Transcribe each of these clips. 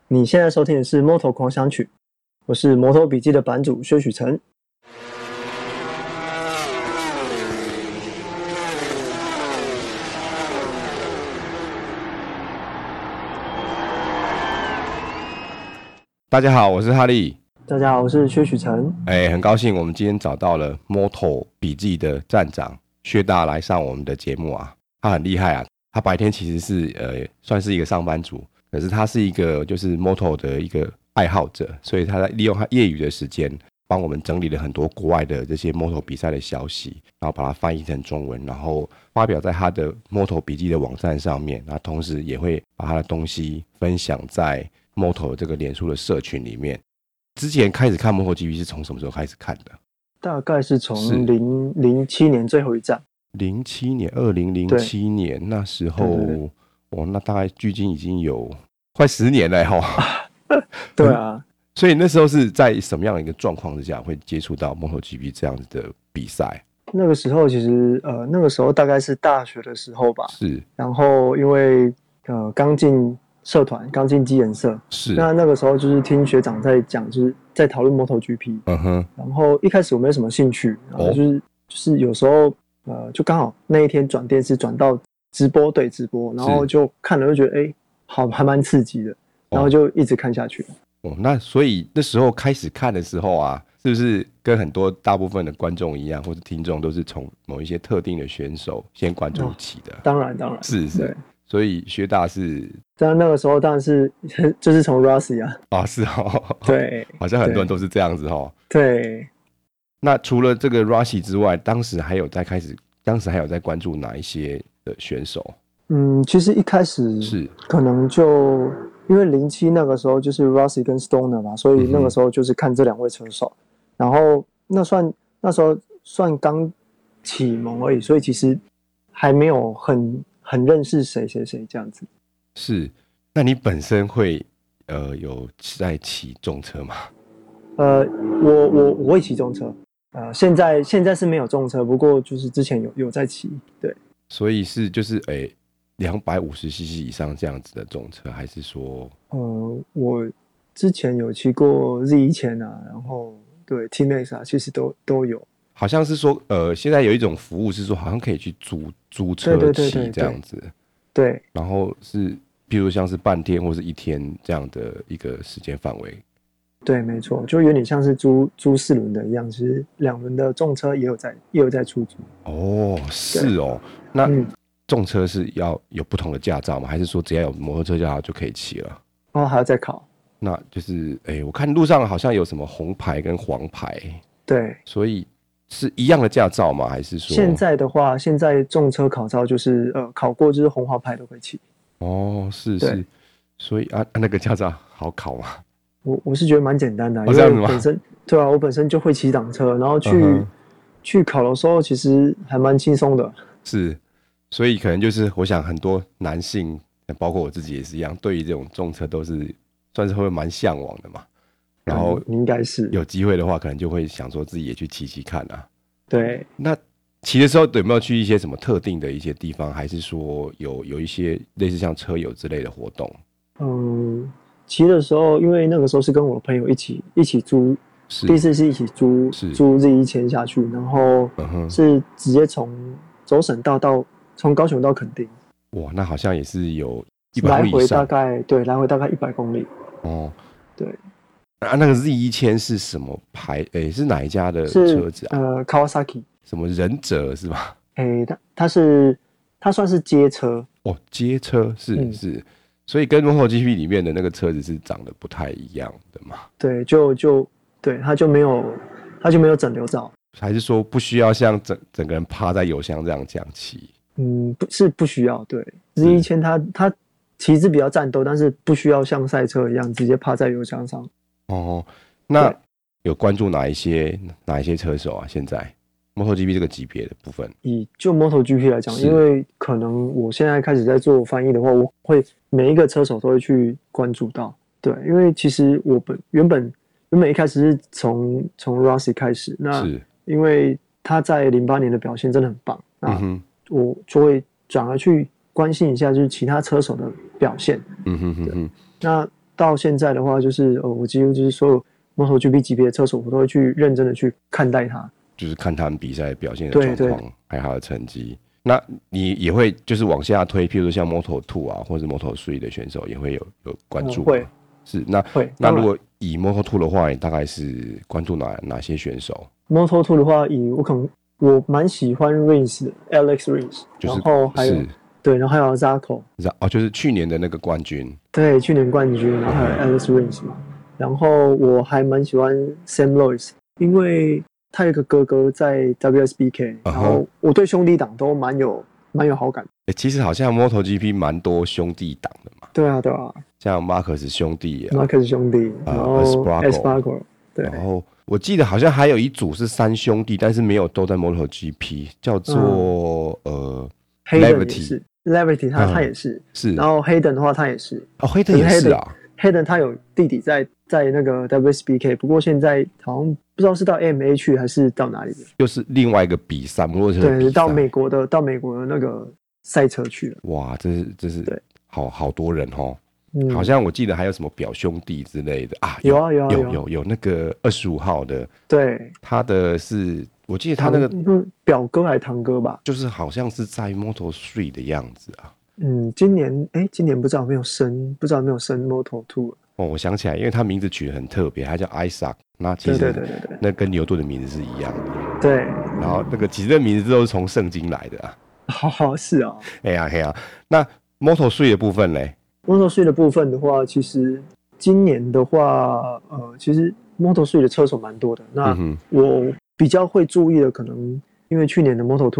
你现在收听的是《摩托狂想曲》，我是摩托笔记的版主薛许成。 大家好，我是哈利。 大家好，我是薛许成。 很高兴我们今天找到了摩托笔记的站长薛大来上我们的节目啊。他很厉害啊，他白天其实是算是一个上班族，可是他是一个就是摩托的一个爱好者，所以他在利用他业余的时间帮我们整理了很多国外的这些摩托比赛的消息，然后把它翻译成中文，然后发表在他的摩托笔记的网站上面，然后同时也会把他的东西分享在摩托这个脸书的社群里面。之前开始看摩托 GP 是从什么时候开始看的？ 大概是从2007年最后一站。 2007年那时候，那大概距今已经有快10年了对啊， 所以那时候是在什么样的一个状况之下会接触到摩托 GP 这样子的比赛？ 那个时候其实那个时候大概是大学的时候吧。 是。 然后因为刚进社团，刚进机研社， 是。 那个时候就是听学长在讲，就是在讨论 MotoGP。然后一开始我没什么兴趣，然后就是有时候就刚好那一天转电视转到直播，对直播，然后就看了就觉得好还蛮刺激的，然后就一直看下去。 那所以那时候开始看的时候啊，是不是跟很多大部分的观众一样，或者听众都是从某一些特定的选手先关注起的？ 当然是。所以薛大是， 但那个时候当然是就是从 Rossi 啊。 是对， 好像很多人都是这样子对。 那除了这个 Rossi 之外，当时还有在关注哪一些的选手？ 其实一开始是可能就因为07那个时候就是 Rossi 跟 Stoner 嘛，所以那个时候就是看这两位车手，然后那时候算刚启蒙而已，所以其实还没有很认识谁这样子。 是。那你本身会有在骑重车吗？ 我会骑重车，现在是没有重车，不过就是之前有在骑。对。 所以是就是250cc 以上这样子的重车，还是说我之前有骑过 Z1000啊，然后对 T-Max 啊，其实都有。 好像是说现在有一种服务是说好像可以去租车骑这样子。 对。 然后是譬如像是半天或是一天这样的一个时间范围。 对，没错，就有点像是租4轮的一样，其实2轮的重车也有在出租。 是那重车是要有不同的驾照吗？还是说只要有摩托车驾照就可以骑了？ 还要再考。 那就是我看路上好像有什么红牌跟黄牌。 对。 所以是一样的驾照吗？还是说现在的话，现在重车考照就是考过就是红黄牌都可以骑。 是。所以那个驾照好考吗？ 我是觉得蛮简单的，因为本身对啊，我本身就会骑挡车，然后去考的时候其实还蛮轻松的。 是。所以可能就是我想很多男性，包括我自己也是一样，对于这种重车都是算是会蛮向往的嘛。然后应该是有机会的话，可能就会想说自己也去骑看啊。 对。 那骑的时候有没有去一些什么特定的一些地方，还是说有一些类似像车友之类的活动？ 骑的时候，因为那个时候是跟我的朋友一起租，第一次是一起租 Z1000下去，然后是直接从走省道从高雄到垦丁。 哇，那好像也是有100公里以上。 来回大概100公里。对。 那个 Z1000是什么牌？是哪一家的车子啊 ？Kawasaki。 什么忍者是吧？ 它算是街车。 街车是。所以跟 MotoGP 里面的那个车子是长得不太一样的嘛？ 对，对，它就没有整流罩。 还是说不需要像整个人趴在油箱这样骑？ 不需要。对 ，Z1000 它骑姿比较战斗，但是不需要像赛车一样直接趴在油箱上。 那有关注哪一些车手啊？现在 MotoGP 这个级别的部分， 就 MotoGP 来讲，因为可能我现在开始在做翻译的话，我会每一个车手都会去关注到。对，因为其实我原本一开始是从 Rossi 开始，那因为他在08年的表现真的很棒，那我就会转而去关心一下就是其他车手的表现。那到现在的话，就是我几乎就是所有 MotoGP 级别的车手，我都会去认真的去看待他， 就是看他们比赛表现的状况，还有他的成绩。那你也会就是往下推，譬如说像 Moto2 啊，或者 Moto3 的选手也会有关注吗？ 会， 是那如果以 Moto2 的话，你大概是关注哪些选手 ？Moto2 的话，我蛮喜欢 Rins 的 Alex Rins，然后还有对，然后还有 Zarco， 就是去年的那个冠军， 对，去年冠军，然后还有 Alex Rins 嘛，然后我还蛮喜欢 Sam Lois， 因为他有一个哥哥在 WSBK， 然后我对兄弟党都蛮有好感的。 其实好像 MotoGP 蛮多兄弟党的嘛。 对啊， 像 Marcus 兄弟 ，Marcus 兄弟，然后 Espargaro， 对。 然后我记得好像还有一组是3兄弟，但是没有都在 MotoGP， 叫做 Levity， 他也是，然后 Hayden 的话他也是。 Hayden 也是啊。 Hayden 他有弟弟在那个 WSBK， 不过现在好像不知道是到 AMA 去还是到哪里了， 又是另外一个比赛， 对，到美国的那个赛车去了。 哇，这是对，好多人哦。好像我记得还有什么表兄弟之类的啊，有那个25号的， 对， 他的是我记得他那个表哥还是堂哥吧， 就是好像是在 Moto3 的样子啊。 今年不知道有没有升 Moto2 了。 我想起来，因为他名字取得很特别，他叫 Isaac， 那其实对， 那跟牛顿的名字是一样的。 对， 然后那个其实这名字都是从圣经来的啊。 是啊。 嘿呀，那 Moto3 的部分嘞 ？Moto3 的部分的话，其实今年的话，其实 Moto3 的车手蛮多的。那我比较会注意的，可能因为去年的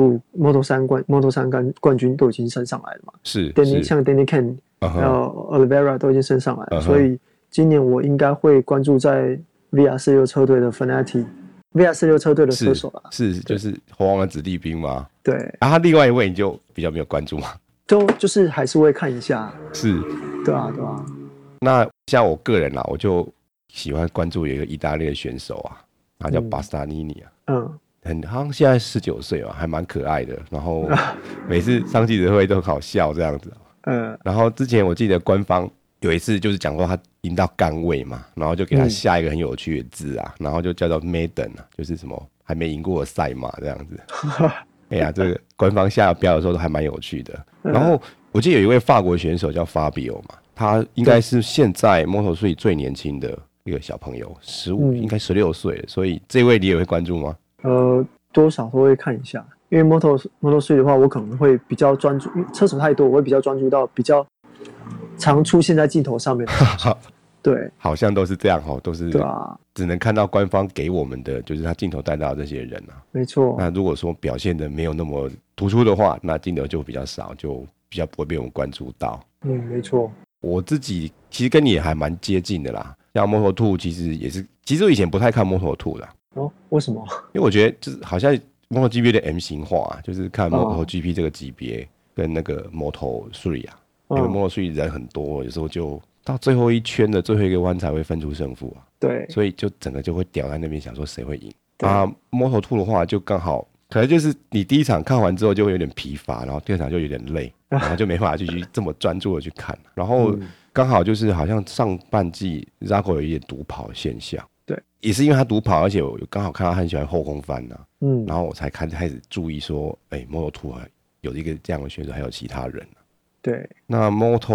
Moto3 冠军都已经升上来了嘛，像 Danny Kane 还有 Oliveira 都已经升上来了，所以今年我应该会关注在 VR46 车队的 Fenati。VR46 车队的车手啦， 就是猴王的子弟兵吗？ 对。 然后另外一位你就比较没有关注吗？ 就是还是会看一下。 是。 对啊。 那像我个人啦，我就喜欢关注有一个意大利的选手啊，他叫巴斯塔尼尼啊。好像现在19岁吧，还蛮可爱的。然后每次上记者会都很好笑这样子。然后之前我记得官方有一次就是讲说他赢到杆位嘛，然后就给他下一个很有趣的字啊，然后就叫做 Maiden 啊，就是什么还没赢过的赛马这样子。哎呀，这个官方下标的时候都还蛮有趣的。然后我记得有一位法国选手叫 Fabio 嘛，他应该是现在 Moto3 最年轻的一个小朋友，15，应该16岁了。所以这位你也会关注吗？ 多少都会看一下，因为 Moto3 的话，我可能会比较专注，因为车手太多，我会比较专注到比较常出现在镜头上面的。对， 好像都是这样都是对啊， 只能看到官方给我们的，就是他镜头带到的这些人啊。 没错。 那如果说表现的没有那么突出的话，那镜头就比较少，就比较不会被我们关注到。 没错。 我自己其实跟你也还蛮接近的啦，像 Moto2 其实也是，其实我以前不太看 Moto2 的。 为什么？ 因为我觉得就是好像 MotoGP 的 M 型化就是看 MotoGP 这个级别跟那个 Moto3 啊，因为 Moto3 人很多，有时候就到最后一圈的最后一个弯才会分出胜负啊。 对， 所以就整个就会掉在那边，想说谁会赢啊。Moto2 的话就刚好可能就是你第一场看完之后就会有点疲乏，然后第二场就有点累，然后就没办法继续这么专注的去看。然后刚好就是好像上半季 Zarco 有一点独跑的现象。 对， 也是因为他独跑，而且我刚好看到他很喜欢后空翻啊，然后我才开始注意说，Moto2 有一个这样的选手，还有其他人对， 那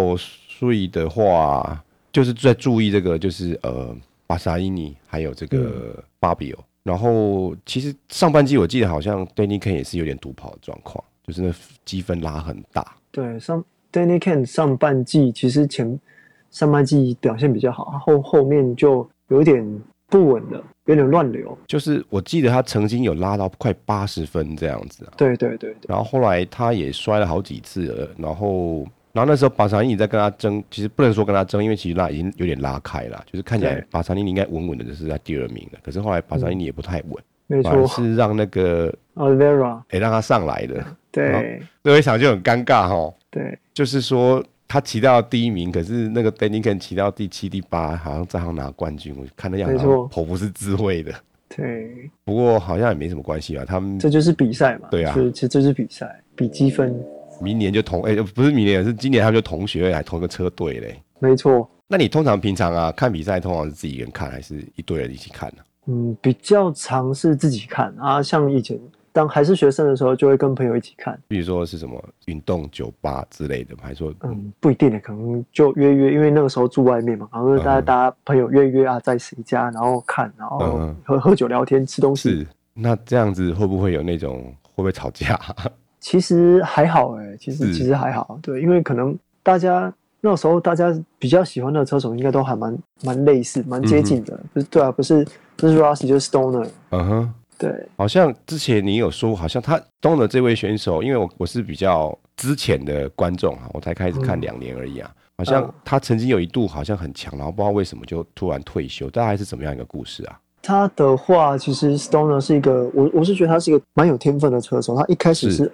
Moto3 的话，就是在注意这个，就是巴萨伊尼还有这个Fabio。然后其实上半季我记得好像 Danny Kane 也是有点独跑的状况，就是那积分拉很大。 对，Danny Kane 上半季其实上半季表现比较好，后面就有点不稳了，有点乱流。就是我记得他曾经有拉到快80分这样子啊。 对。 然后后来他也摔了好几次了，然后那时候巴萨尼尼在跟他争，其实不能说跟他争，因为其实已经有点拉开了，就是看起来巴萨尼尼应该稳稳的就是在第2名了。可是后来巴萨尼尼也不太稳， 没错， 是让那个 Oliveira 让他上来的。 对， 那一场就很尴尬对， 就是说他骑到第1名，可是那个 Danny Kane 骑到第7、第8，好像正好拿冠军。我看那样子头不是自卫的。 对， 不过好像也没什么关系吧，他们这就是比赛嘛。 对啊， 其实这是比赛，比积分。 明年就不是明年，是今年他们就同学还同一个车队嘞。 没错， 那你通常平常啊看比赛，通常是自己一个人看，还是一堆人一起看呢？ 比较常是自己看啊，像以前当还是学生的时候，就会跟朋友一起看。 比如说是什么运动酒吧之类的吗？还是说不一定的，可能就约，因为那个时候住外面嘛，然后大家朋友约啊，在谁家，然后看，然后喝酒聊天，吃东西。 是，那这样子会不会有那种会不会吵架？ 其实还好其实还好，对，因为可能大家那时候大家比较喜欢的车手应该都还蛮类似、蛮接近的，不是对啊，不是 Rossi 就是 Stoner，对， 好像之前你有说，好像他Stoner这位选手，因为我是比较之前的观众啊，我才开始看2年而已啊，好像他曾经有一度好像很强，然后不知道为什么就突然退休，大概是怎么样一个故事啊？ 他的话，其实 Stoner 是一个，我是觉得他是一个蛮有天分的车手。他一开始是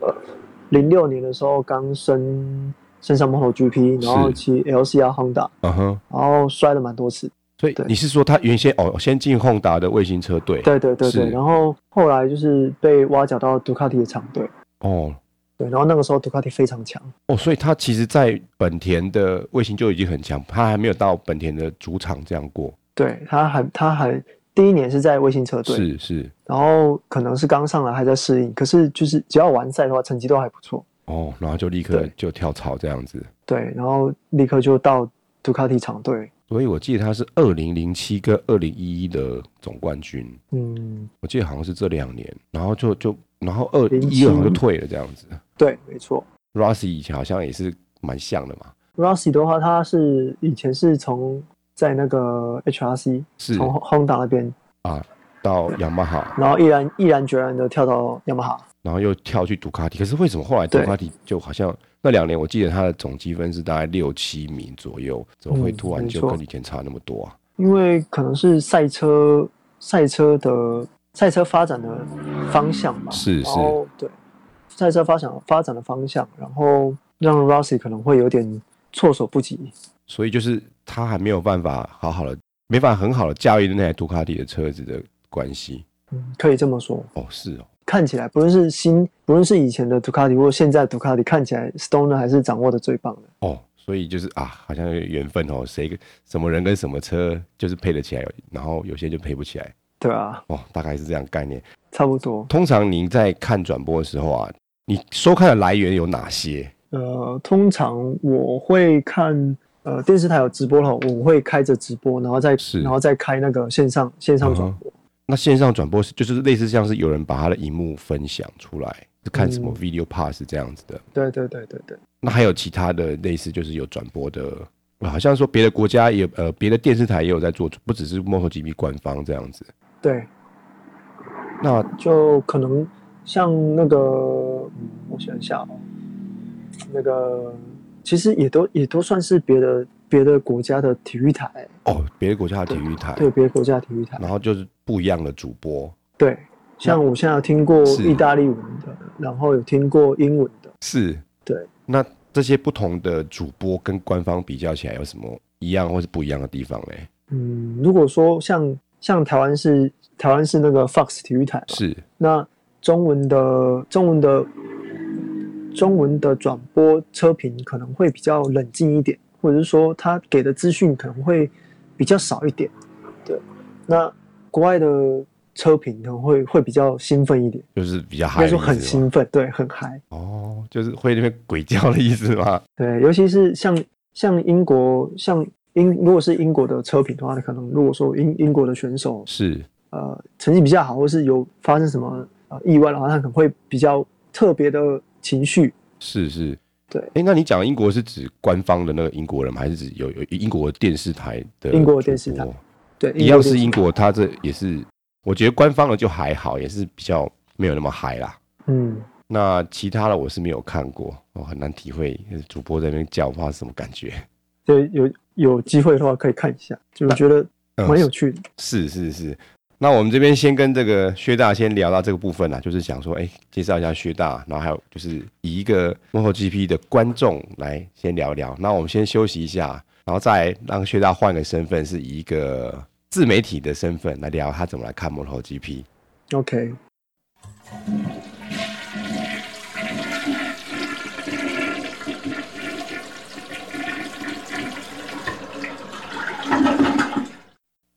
06年的时候刚升上 MotoGP， 然后骑 LCR Honda，然后摔了蛮多次。 所以你是说他原先先进 Honda 的卫星车队？ 对，然后后来就是被挖角到杜卡迪的厂队。对，然后那个时候杜卡迪非常强。 所以他其实在本田的卫星就已经很强，他还没有到本田的主场这样过。 对，他还第一年是在卫星车队， 是， 然后可能是刚上来还在适应，可是就是只要完赛的话，成绩都还不错。 然后就立刻就跳槽这样子。 对，然后立刻就到杜卡迪厂队。 所以我记得他是2007跟2011的总冠军。我记得好像是这2年，然后然后2012好像就退了这样子。 对，没错。 Rossi 以前好像也是蛮像的嘛。 Rossi 的话，他是以前是在那个 HRC 从 Honda 那边到雅马哈， 然后毅然决然的跳到雅马哈， 然后又跳去杜卡迪。可是为什么后来杜卡迪就好像那2年，我记得他的总积分是大概6、7名左右，怎么会突然就跟以前差那么多啊？ 因为可能是赛车发展的方向吧。 是， 对，赛车发展的方向，然后让 Rossi 可能会有点措手不及。 所以就是他还没有办法没办法很好的驾驭那台杜卡迪的车子的关系。 可以这么说。 是看起来不论是以前的杜卡迪或现在的杜卡迪，看起来 Stoner 还是掌握的最棒的。 所以就是好像有缘分什么人跟什么车就是配得起来，然后有些就配不起来。 对啊。 大概是这样概念。 差不多。 通常您在看转播的时候啊，你收看的来源有哪些？ 通常我会看电视台有直播的话，我会开着直播，然后再开那个线上转播。 那线上转播就是类似像是有人把他的荧幕分享出来，是看什么 Video Pass 这样子的。 对。 那还有其他的类似就是有转播的，好像说别的国家也别的电视台也有在做，不只是 MotoGP 官方这样子。 对。 那就可能像那个我想一下那个其实也都算是别的国家的体育台。 别的国家的体育台。 对，别的国家的体育台。 然后就是不一样的主播。 对，像我现在有听过意大利文的，然后有听过英文的。 是。对。那这些不同的主播跟官方比较起来有什么一样或是不一样的地方嘞？ 如果说像台湾是那个 Fox 体育台， 是。 那中文的转播车评可能会比较冷静一点，或者是说他给的资讯可能会比较少一点。对。那国外的车评可能会比较兴奋一点，就是比较嗨，应该说很兴奋，对，很嗨。 就是会那边鬼叫的意思吗？ 对，尤其是像英国，如果是英国的车评的话，可能如果说英国的选手是成绩比较好，或是有发生什么意外的话，他可能会比较特别的情绪。 是。 对。 那你讲英国是指官方的那个英国人吗？还是指有英国电视台的？ 英国电视台。对， 一样是英国，他这也是，我觉得官方的就还好，也是比较没有那么嗨啦。那其他的我是没有看过，我很难体会主播在那边叫，不知道是什么感觉。 对，有机会的话可以看一下，就觉得蛮有趣的。 是。那我们这边先跟这个薛大先聊到这个部分啦，就是想说，介绍一下薛大，然后还有就是以一个 MotoGP 的观众来先聊聊。那我们先休息一下，然后再让薛大换个身份，是以一个自媒体的身份来聊他怎么来看 MotoGP。 OK。